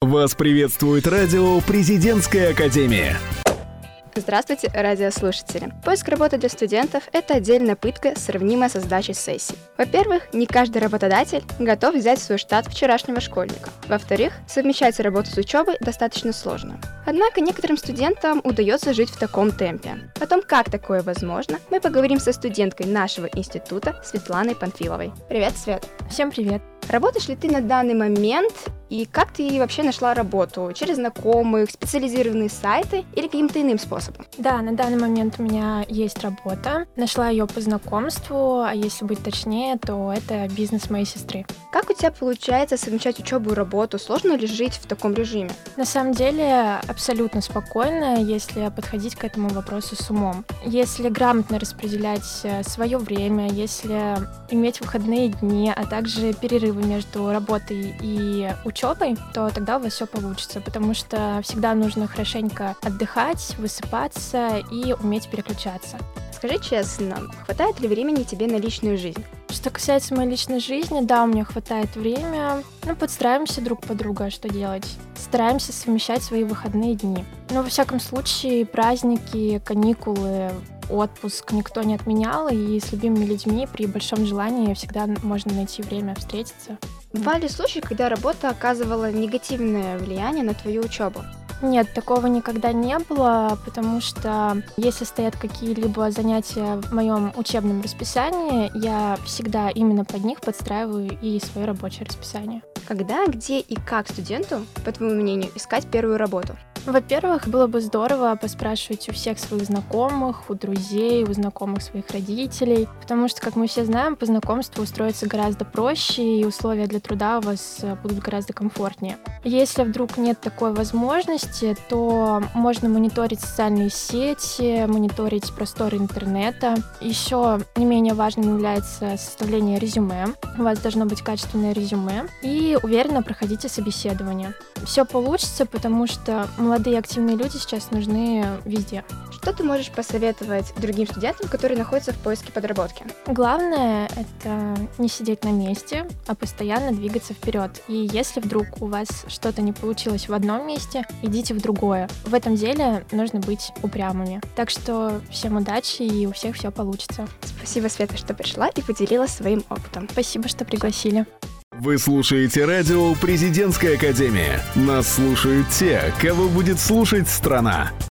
Вас приветствует радио «Президентская академия». Здравствуйте, радиослушатели! Поиск работы для студентов – это отдельная пытка, сравнимая со сдачей сессий. Во-первых, не каждый работодатель готов взять в свой штат вчерашнего школьника. Во-вторых, совмещать работу с учебой достаточно сложно. Однако некоторым студентам удается жить в таком темпе. О том, как такое возможно, мы поговорим со студенткой нашего института Светланой Панфиловой. Привет, Свет! Всем привет! Работаешь ли ты на данный момент и как ты вообще нашла работу? Через знакомых, специализированные сайты или каким-то иным способом? Да, на данный момент у меня есть работа. Нашла ее по знакомству, а если быть точнее, то это бизнес моей сестры. Как у тебя получается совмещать учебу и работу? Сложно ли жить в таком режиме? На самом деле абсолютно спокойно, если подходить к этому вопросу с умом. Если грамотно распределять свое время, если иметь выходные дни, а также перерывы между работой и учебой, то тогда у вас все получится, потому что всегда нужно хорошенько отдыхать, высыпаться и уметь переключаться. Скажи честно, хватает ли времени тебе на личную жизнь? Что касается моей личной жизни, да, у меня хватает времени. Подстраиваемся друг под друга, что делать. Стараемся совмещать свои выходные дни. Но, во всяком случае, праздники, каникулы, отпуск никто не отменял, и с любимыми людьми при большом желании всегда можно найти время встретиться. Бывали случаи, когда работа оказывала негативное влияние на твою учебу? Нет, такого никогда не было, потому что если стоят какие-либо занятия в моем учебном расписании, я всегда именно под них подстраиваю и свое рабочее расписание. Когда, где и как студенту, по твоему мнению, искать первую работу? Во-первых, было бы здорово поспрашивать у всех своих знакомых, у друзей, у знакомых своих родителей, потому что, как мы все знаем, по знакомству устроиться гораздо проще, и условия для труда у вас будут гораздо комфортнее. Если вдруг нет такой возможности, то можно мониторить социальные сети, мониторить просторы интернета. Еще не менее важным является составление резюме. У вас должно быть качественное резюме, и уверенно проходите собеседование. Все получится, потому что молодые активные люди сейчас нужны везде. Что ты можешь посоветовать другим студентам, которые находятся в поиске подработки? Главное — это не сидеть на месте, а постоянно двигаться вперед. И если вдруг у вас что-то не получилось в одном месте, идите в другое. В этом деле нужно быть упрямыми. Так что всем удачи, и у всех все получится. Спасибо, Света, что пришла и поделилась своим опытом. Спасибо, что пригласили. Вы слушаете радио «Президентская академия». Нас слушают те, кого будет слушать страна.